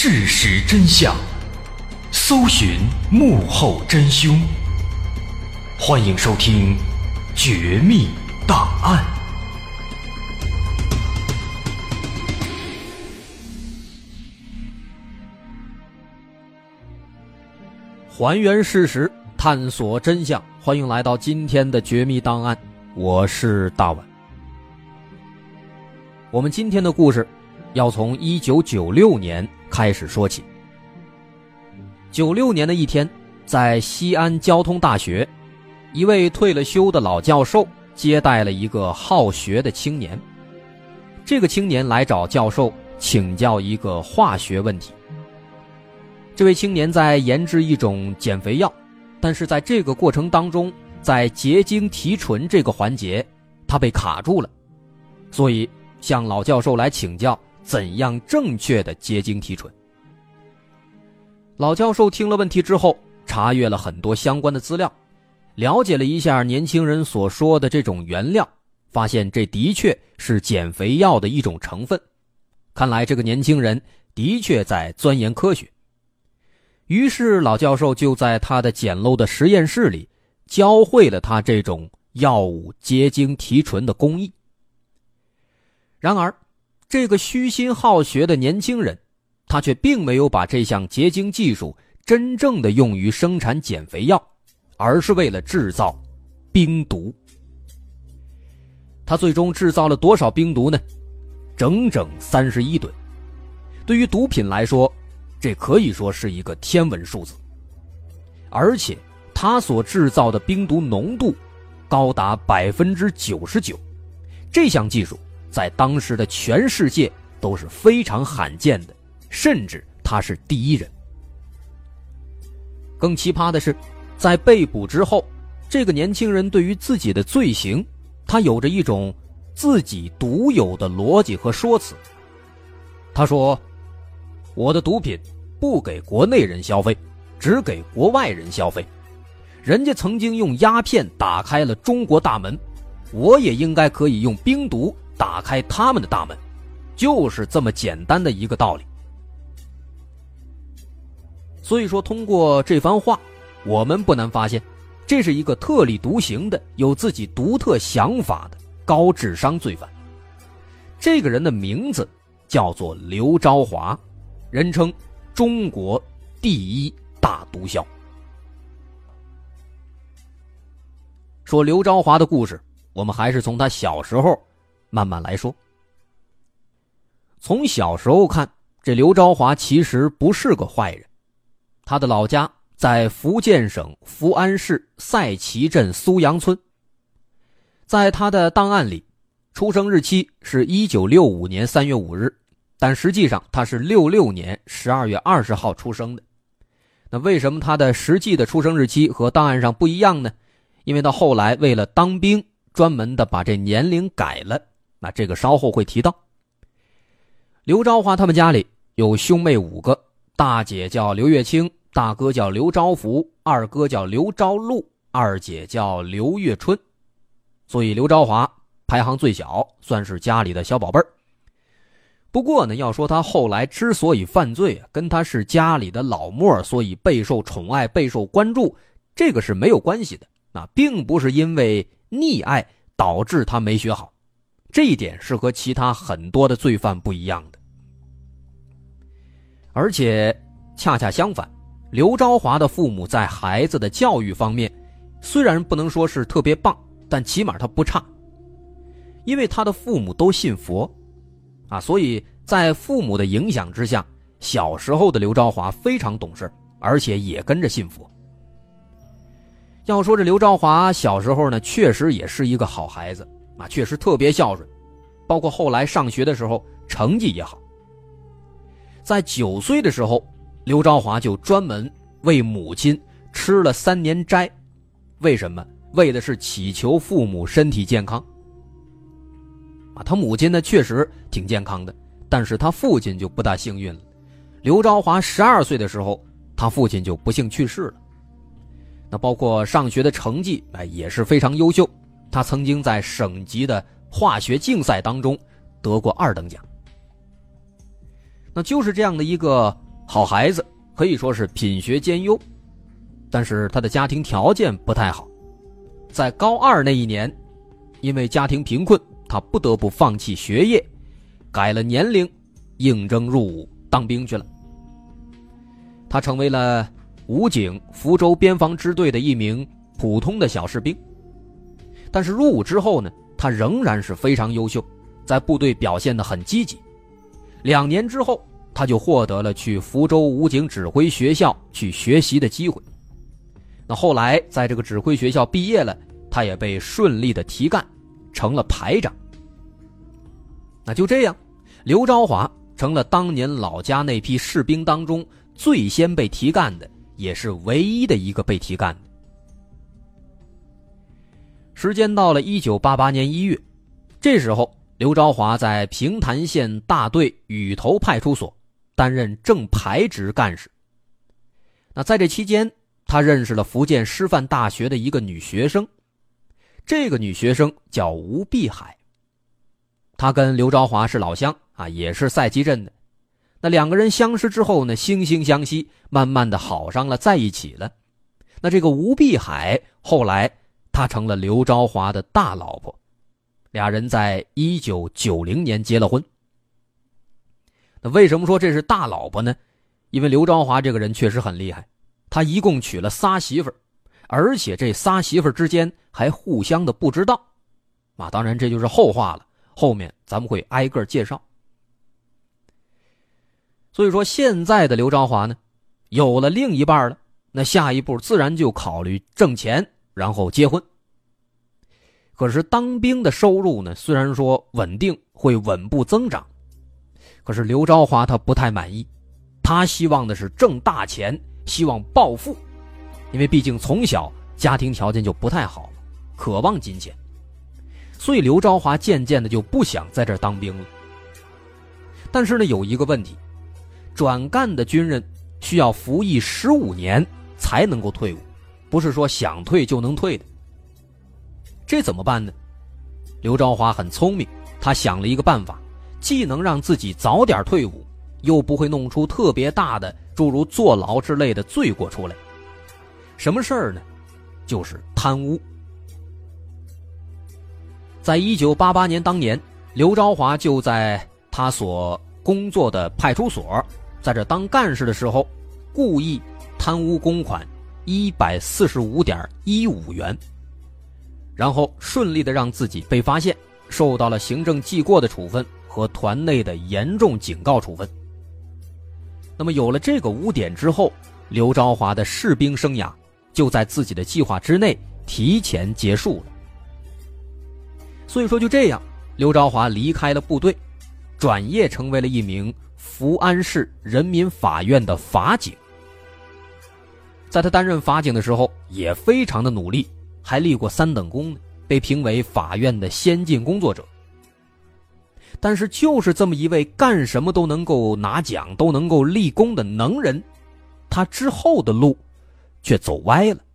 事实真相，搜寻幕后真凶。欢迎收听《绝密档案》。 还原事实，探索真相，欢迎来到今天的绝密档案，我是大碗。我们今天的故事要从1996年开始说起。96年的一天，在西安交通大学，一位退了休的老教授接待了一个好学的青年。这个青年来找教授请教一个化学问题。这位青年在研制一种减肥药，但是在这个过程当中，在结晶提纯这个环节他被卡住了，所以向老教授来请教怎样正确的结晶提纯。老教授听了问题之后，查阅了很多相关的资料，了解了一下年轻人所说的这种原料，发现这的确是减肥药的一种成分。看来这个年轻人的确在钻研科学。于是老教授就在他的简陋的实验室里教会了他这种药物结晶提纯的工艺。然而这个虚心好学的年轻人，他却并没有把这项结晶技术真正的用于生产减肥药，而是为了制造冰毒。他最终制造了多少冰毒呢？整整31吨。对于毒品来说，这可以说是一个天文数字。而且他所制造的冰毒浓度高达 99%， 这项技术在当时的全世界都是非常罕见的，甚至他是第一人。更奇葩的是，在被捕之后，这个年轻人对于自己的罪行，他有着一种自己独有的逻辑和说辞。他说，我的毒品不给国内人消费，只给国外人消费。人家曾经用鸦片打开了中国大门，我也应该可以用冰毒打开他们的大门，就是这么简单的一个道理。所以说，通过这番话，我们不难发现，这是一个特立独行的、有自己独特想法的高智商罪犯。这个人的名字叫做刘昭华，人称中国第一大毒枭。说刘昭华的故事，我们还是从他小时候慢慢来说。从小时候看，这刘昭华其实不是个坏人。他的老家在福建省福安市赛旗镇苏阳村。在他的档案里，出生日期是1965年3月5日，但实际上他是66年12月20号出生的。那为什么他的实际的出生日期和档案上不一样呢？因为到后来为了当兵，专门的把这年龄改了，那这个稍后会提到。刘昭华他们家里有兄妹5个，大姐叫刘月清，大哥叫刘昭福，二哥叫刘昭禄，二姐叫刘月春。所以刘昭华排行最小，算是家里的小宝贝儿。不过呢，要说他后来之所以犯罪，跟他是家里的老墨，所以备受宠爱，备受关注，这个是没有关系的。并不是因为溺爱导致他没学好，这一点是和其他很多的罪犯不一样的。而且恰恰相反，刘昭华的父母在孩子的教育方面虽然不能说是特别棒，但起码他不差。因为他的父母都信佛所以在父母的影响之下，小时候的刘昭华非常懂事，而且也跟着信佛。要说这刘昭华小时候呢，确实也是一个好孩子确实特别孝顺，包括后来上学的时候成绩也好。在9岁的时候，刘昭华就专门为母亲吃了3年斋。为什么？为的是祈求父母身体健康他母亲呢确实挺健康的，但是他父亲就不大幸运了。刘昭华12岁的时候，他父亲就不幸去世了。那包括上学的成绩也是非常优秀，他曾经在省级的化学竞赛当中得过2等奖。那就是这样的一个好孩子，可以说是品学兼优，但是他的家庭条件不太好。在高2那一年，因为家庭贫困，他不得不放弃学业，改了年龄，应征入伍当兵去了。他成为了武警福州边防支队的一名普通的小士兵。但是入伍之后呢，他仍然是非常优秀，在部队表现得很积极。2年之后，他就获得了去福州武警指挥学校去学习的机会。那后来在这个指挥学校毕业了，他也被顺利的提干，成了排长。那就这样，刘昭华成了当年老家那批士兵当中最先被提干的，也是唯一的一个被提干的。时间到了1988年1月，这时候刘昭华在平潭县大队雨头派出所担任正排职干事。那在这期间，他认识了福建师范大学的一个女学生，这个女学生叫吴碧海。她跟刘昭华是老乡啊，也是赛集镇的。那2个人相识之后呢，惺惺相惜，慢慢的好上了，在一起了。那这个吴碧海后来她成了刘昭华的大老婆，2人在1990年结了婚。那为什么说这是大老婆呢？因为刘昭华这个人确实很厉害，他一共娶了3媳妇儿，而且这3媳妇儿之间还互相的不知道啊。当然这就是后话了，后面咱们会挨个介绍。所以说现在的刘昭华呢，有了另一半了，那下一步自然就考虑挣钱，然后结婚。可是当兵的收入呢，虽然说稳定，会稳步增长，可是刘昭华他不太满意，他希望的是挣大钱，希望暴富，因为毕竟从小家庭条件就不太好，渴望金钱，所以刘昭华渐渐的就不想在这儿当兵了。但是呢，有一个问题，转干的军人需要服役15年才能够退伍，不是说想退就能退的。这怎么办呢？刘昭华很聪明，他想了一个办法，既能让自己早点退伍，又不会弄出特别大的诸如坐牢之类的罪过出来。什么事儿呢？就是贪污。在1988年当年，刘昭华就在他所工作的派出所，在这当干事的时候，故意贪污公款145.15元，然后顺利的让自己被发现，受到了行政记过的处分和团内的严重警告处分。那么有了这个污点之后，刘昭华的士兵生涯就在自己的计划之内提前结束了。所以说就这样，刘昭华离开了部队，转业成为了一名福安市人民法院的法警。在他担任法警的时候也非常的努力，还立过3等功呢，被评为法院的先进工作者。但是就是这么一位干什么都能够拿奖，都能够立功的能人，他之后的路却走歪了。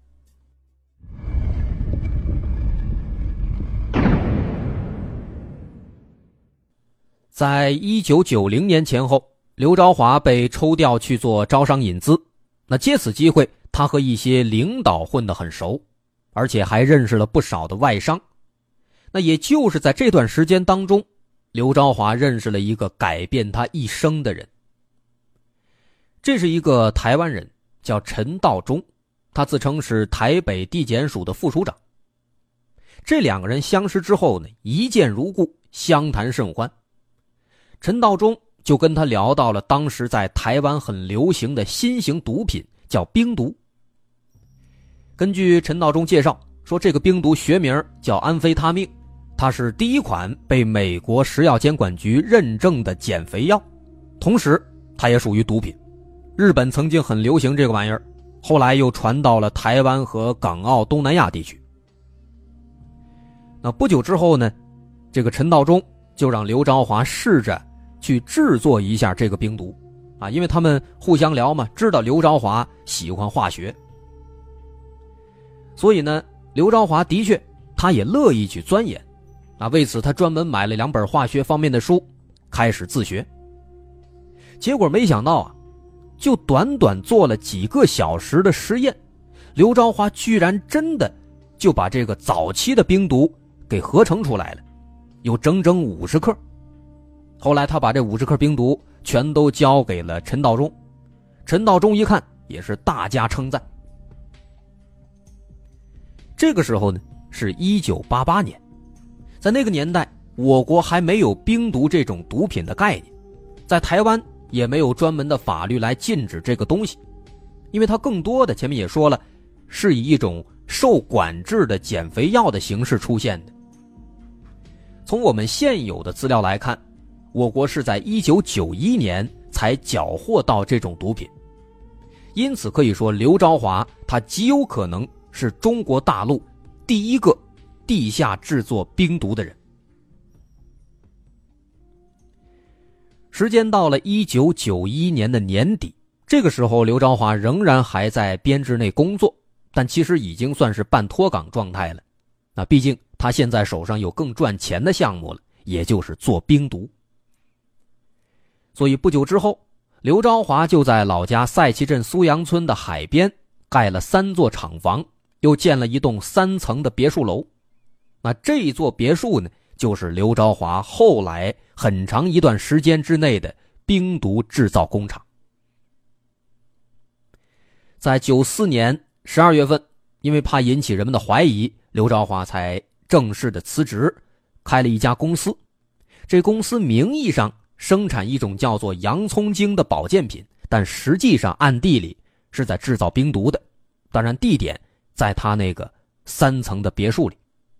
在1990年前后，刘昭华被抽调去做招商引资，那借此机会，他和一些领导混得很熟，而且还认识了不少的外商。那也就是在这段时间当中，刘昭华认识了一个改变他一生的人。这是一个台湾人，叫陈道中，他自称是台北地检署的副署长。这2个人相识之后呢，一见如故，相谈甚欢。陈道中就跟他聊到了当时在台湾很流行的新型毒品，叫冰毒。根据陈道中介绍说，这个冰毒学名叫安非他命，它是第一款被美国食药监管局认证的减肥药，同时它也属于毒品。日本曾经很流行这个玩意儿，后来又传到了台湾和港澳东南亚地区。那不久之后呢，这个陈道中就让刘昭华试着去制作一下这个冰毒啊，因为他们互相聊嘛，知道刘昭华喜欢化学，所以呢，刘昭华的确他也乐意去钻研啊，为此他专门买了2本化学方面的书，开始自学。结果没想到啊， 就短短做了几个小时的实验，刘昭华居然真的就把这个早期的冰毒给合成出来了，有整整50克。后来他把这50克冰毒全都交给了陈道中，陈道中一看也是大加称赞。这个时候呢是1988年，在那个年代我国还没有冰毒这种毒品的概念，在台湾也没有专门的法律来禁止这个东西，因为它更多的前面也说了，是以一种受管制的减肥药的形式出现的。从我们现有的资料来看，我国是在1991年才缴获到这种毒品，因此可以说刘昭华他极有可能是中国大陆第一个地下制作冰毒的人。时间到了1991年的年底，这个时候刘昭华仍然还在编制内工作，但其实已经算是半脱岗状态了。那毕竟他现在手上有更赚钱的项目了，也就是做冰毒。所以不久之后，刘昭华就在老家赛旗镇苏阳村的海边盖了3座厂房，又建了一栋3层的别墅楼。那这一座别墅呢，就是刘昭华后来很长一段时间之内的冰毒制造工厂。在94年12月份，因为怕引起人们的怀疑，刘昭华才正式的辞职，开了一家公司。这公司名义上生产一种叫做洋葱精的保健品，但实际上暗地里是在制造冰毒的，当然地点在他那个3层的别墅里。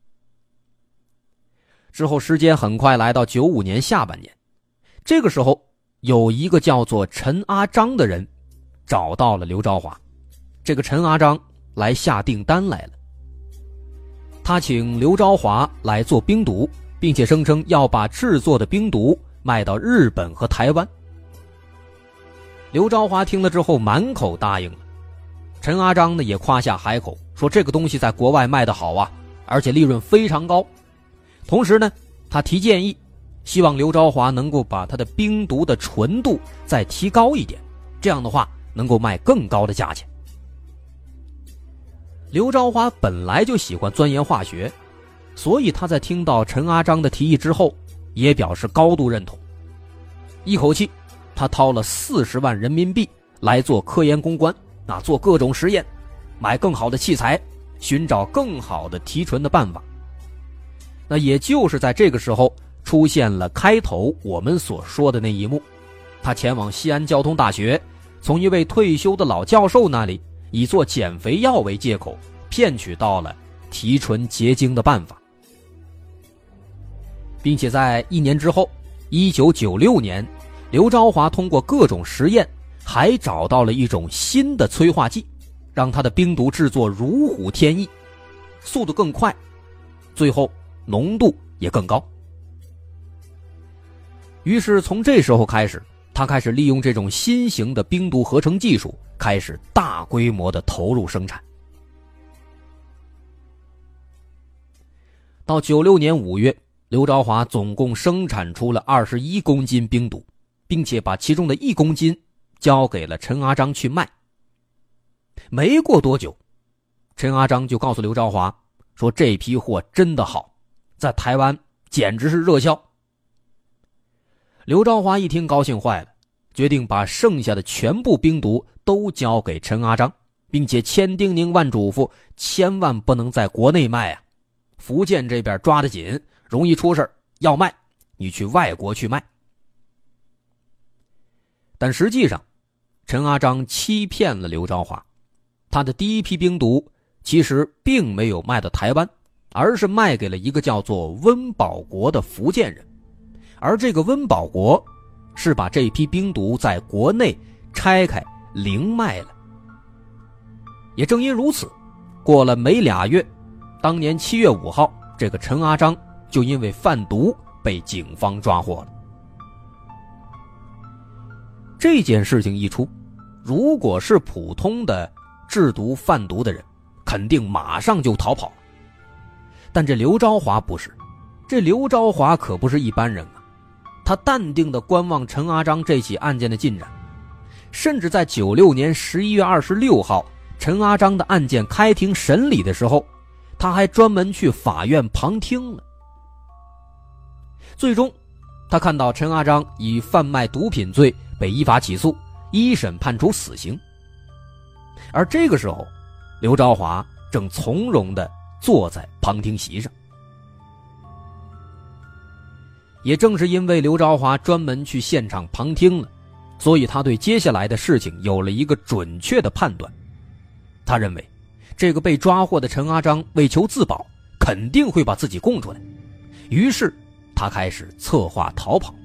之后时间很快来到95年下半年，这个时候有一个叫做陈阿章的人找到了刘昭华。这个陈阿章来下订单来了，他请刘昭华来做冰毒，并且声称要把制作的冰毒卖到日本和台湾。刘昭华听了之后满口答应了。陈阿章呢也夸下海口，说这个东西在国外卖得好啊，而且利润非常高。同时呢，他提建议，希望刘昭华能够把他的冰毒的纯度再提高一点，这样的话能够卖更高的价钱。刘昭华本来就喜欢钻研化学，所以他在听到陈阿章的提议之后也表示高度认同。一口气他掏了40万人民币来做科研攻关，做各种实验，买更好的器材，寻找更好的提纯的办法。那也就是在这个时候出现了开头我们所说的那一幕，他前往西安交通大学，从一位退休的老教授那里以做减肥药为借口，骗取到了提纯结晶的办法。并且在1年之后，1996年，刘昭华通过各种实验还找到了一种新的催化剂，让他的冰毒制作如虎添翼，速度更快，最后浓度也更高。于是从这时候开始，他开始利用这种新型的冰毒合成技术，开始大规模的投入生产。到96年5月，刘昭华总共生产出了21公斤冰毒，并且把其中的1公斤交给了陈阿章去卖。没过多久，陈阿章就告诉刘昭华说，这批货真的好，在台湾简直是热销。刘昭华一听高兴坏了，决定把剩下的全部冰毒都交给陈阿章，并且千叮咛万嘱咐，千万不能在国内卖啊，福建这边抓得紧，容易出事，要卖你去外国去卖。但实际上陈阿章欺骗了刘昭华，他的第一批冰毒其实并没有卖到台湾，而是卖给了一个叫做温保国的福建人。而这个温保国是把这批冰毒在国内拆开零卖了。也正因如此，过了没2月，当年7月5号，这个陈阿章就因为贩毒被警方抓获了。这件事情一出，如果是普通的制毒贩毒的人，肯定马上就逃跑了。但这刘昭华不是，这刘昭华可不是一般人啊，他淡定地观望陈阿章这起案件的进展。 甚至在96年11月26号陈阿章的案件开庭审理的时候，他还专门去法院旁听了。最终他看到陈阿章以贩卖毒品罪被依法起诉，一审判处死刑。而这个时候，刘昭华正从容地坐在旁听席上。也正是因为刘昭华专门去现场旁听了，所以他对接下来的事情有了一个准确的判断。他认为这个被抓获的陈阿章为求自保，肯定会把自己供出来，于是他开始策划逃跑。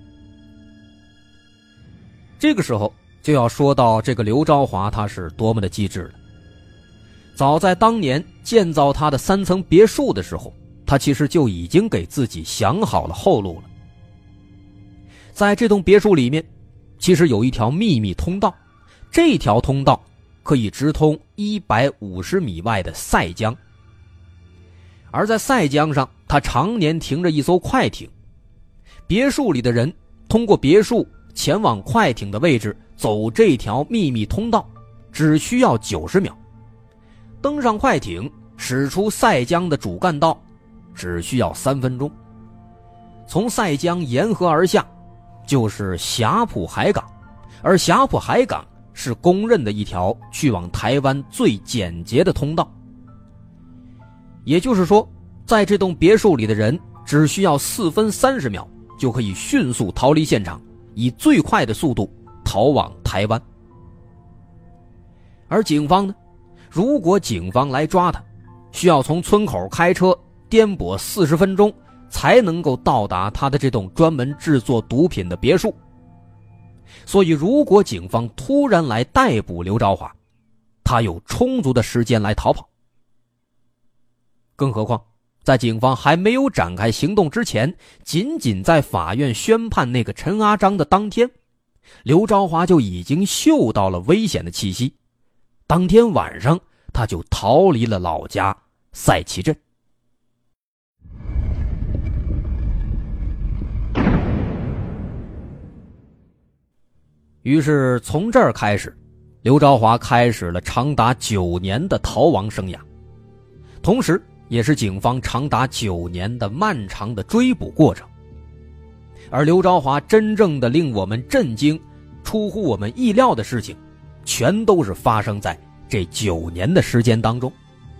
这个时候就要说到这个刘昭华他是多么的机智了。早在当年建造他的3层别墅的时候，他其实就已经给自己想好了后路了。在这栋别墅里面，其实有一条秘密通道，这条通道可以直通150米外的塞江。而在塞江上，他常年停着一艘快艇，别墅里的人通过别墅前往快艇的位置走这条秘密通道，只需要90秒。登上快艇，驶出塞江的主干道，只需要3分钟。从塞江沿河而下就是霞浦海港，而霞浦海港是公认的一条去往台湾最简洁的通道。也就是说，在这栋别墅里的人只需要4分30秒就可以迅速逃离现场，以最快的速度逃往台湾。而警方呢，如果警方来抓他，需要从村口开车颠簸40分钟才能够到达他的这栋专门制作毒品的别墅。所以如果警方突然来逮捕刘昭华，他有充足的时间来逃跑。更何况在警方还没有展开行动之前，仅仅在法院宣判那个陈阿章的当天，刘昭华就已经嗅到了危险的气息。当天晚上他就逃离了老家赛旗镇。于是从这儿开始，刘昭华开始了长达9年的逃亡生涯，同时也是警方长达9年的漫长的追捕过程。而刘昭华真正的令我们震惊、出乎我们意料的事情，全都是发生在这9年的时间当中。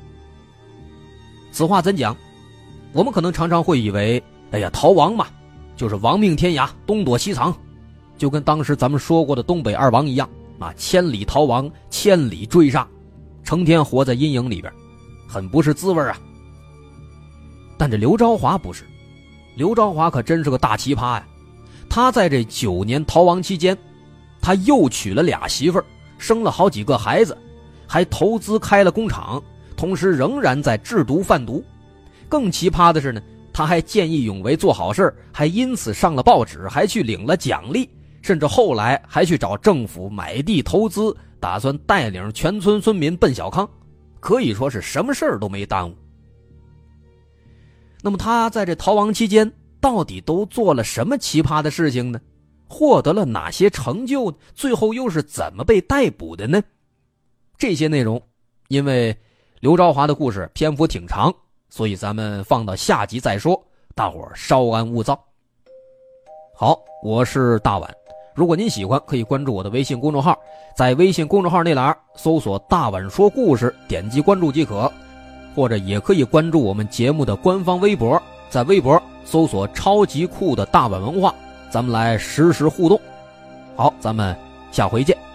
此话怎讲？我们可能常常会以为，哎呀，逃亡嘛，就是亡命天涯，东躲西藏，就跟当时咱们说过的东北二王一样啊，千里逃亡，千里追杀，成天活在阴影里边，很不是滋味啊。但这刘昭华不是，刘昭华可真是个大奇葩呀！他在这9年逃亡期间，他又娶了2媳妇儿，生了好几个孩子，还投资开了工厂，同时仍然在制毒贩毒。更奇葩的是呢，他还见义勇为做好事，还因此上了报纸，还去领了奖励，甚至后来还去找政府买地投资，打算带领全村村民奔小康，可以说是什么事儿都没耽误。那么他在这逃亡期间到底都做了什么奇葩的事情呢？获得了哪些成就呢？最后又是怎么被逮捕的呢？这些内容因为刘昭华的故事篇幅挺长，所以咱们放到下集再说，大伙儿稍安勿躁。好，我是大碗，如果您喜欢可以关注我的微信公众号，在微信公众号内栏搜索大碗说故事，点击关注即可，或者也可以关注我们节目的官方微博，在微博搜索超级酷的大碗文化，咱们来实时互动。好，咱们下回见。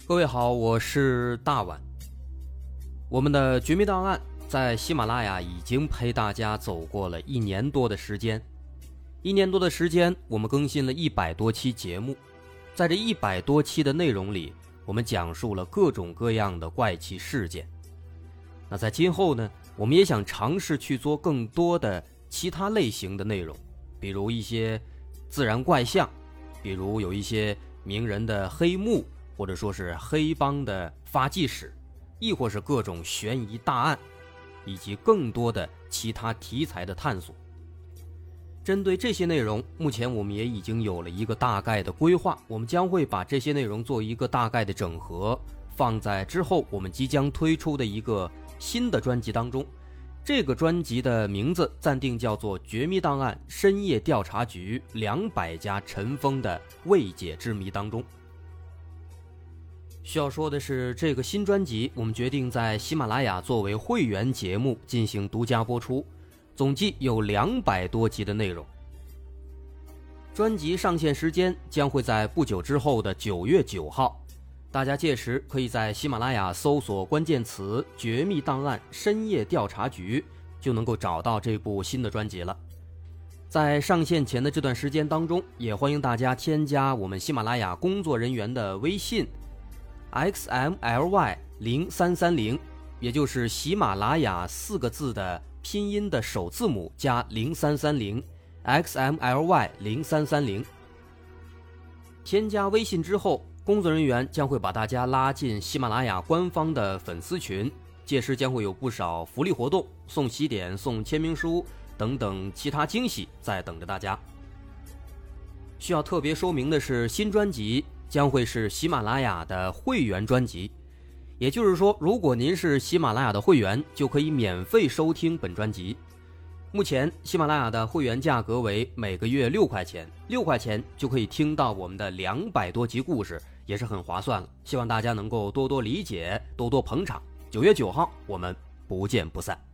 各位好，我是大碗。我们的绝密档案在喜马拉雅已经陪大家走过了1年多的时间。1年多的时间，我们更新了100多期节目。在这100多期的内容里，我们讲述了各种各样的怪奇事件。那在今后呢，我们也想尝试去做更多的其他类型的内容，比如一些自然怪象，比如有一些名人的黑幕，或者说是黑帮的发迹史，亦或是各种悬疑大案，以及更多的其他题材的探索。针对这些内容，目前我们也已经有了一个大概的规划，我们将会把这些内容做一个大概的整合，放在之后我们即将推出的一个新的专辑当中。这个专辑的名字暂定叫做《绝密档案深夜调查局200家尘封的未解之谜》当中。需要说的是，这个新专辑我们决定在喜马拉雅作为会员节目进行独家播出，总计有200多集的内容。专辑上线时间将会在不久之后的9月9号，大家届时可以在喜马拉雅搜索关键词“绝密档案深夜调查局”，就能够找到这部新的专辑了。在上线前的这段时间当中，也欢迎大家添加我们喜马拉雅工作人员的微信 XMLY0330， 也就是喜马拉雅4个字的拼音的首字母加0330 XMLY0330。 添加微信之后，工作人员将会把大家拉进喜马拉雅官方的粉丝群，届时将会有不少福利活动，送喜点、送签名书等等其他惊喜在等着大家。需要特别说明的是，新专辑将会是喜马拉雅的会员专辑，也就是说，如果您是喜马拉雅的会员，就可以免费收听本专辑。目前喜马拉雅的会员价格为每个月6块钱，6块钱就可以听到我们的200多集故事，也是很划算了。希望大家能够多多理解，多多捧场。9月9号我们不见不散。